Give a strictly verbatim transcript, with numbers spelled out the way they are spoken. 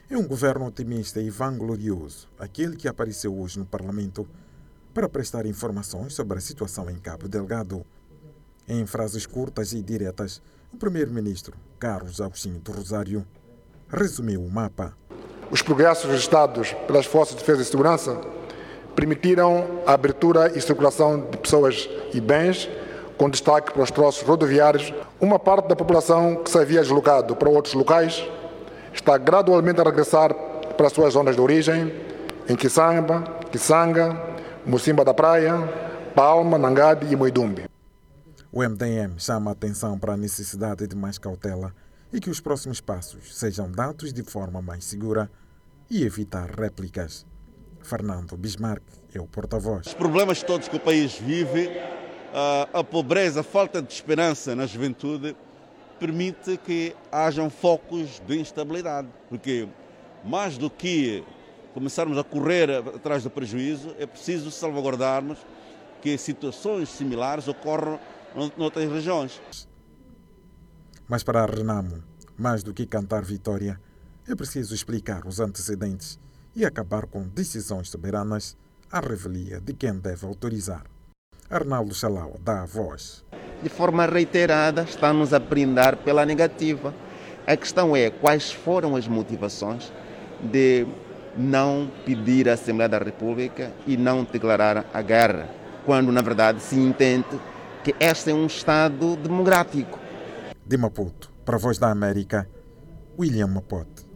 É um governo otimista e vanglorioso, aquele que apareceu hoje no Parlamento para prestar informações sobre a situação em Cabo Delgado. Em frases curtas e diretas, o primeiro-ministro, Carlos Agostinho do Rosário, resumiu o mapa. Os progressos registrados pelas Forças de Defesa e Segurança permitiram a abertura e circulação de pessoas e bens, com destaque para os troços rodoviários. Uma parte da população que se havia deslocado para outros locais está gradualmente a regressar para as suas zonas de origem, em Kisamba, Kisanga, Mocimba da Praia, Palma, Nangade e Moidumbe. O M D M chama a atenção para a necessidade de mais cautela e que os próximos passos sejam dados de forma mais segura e evitar réplicas. Fernando Bismarck é o porta-voz. Os problemas todos que o país vive, a pobreza, a falta de esperança na juventude, permite que hajam focos de instabilidade. Porque mais do que começarmos a correr atrás do prejuízo, é preciso salvaguardarmos que situações similares ocorram noutras regiões. Mas para a Renamo, mais do que cantar vitória, é preciso explicar os antecedentes e acabar com decisões soberanas à revelia de quem deve autorizar. Arnaldo Chalau dá a voz. De forma reiterada, está-nos a brindar pela negativa. A questão é quais foram as motivações de não pedir à Assembleia da República e não declarar a guerra, quando, na verdade, se entende que este é um Estado democrático. De Maputo, para a Voz da América, William Mapote.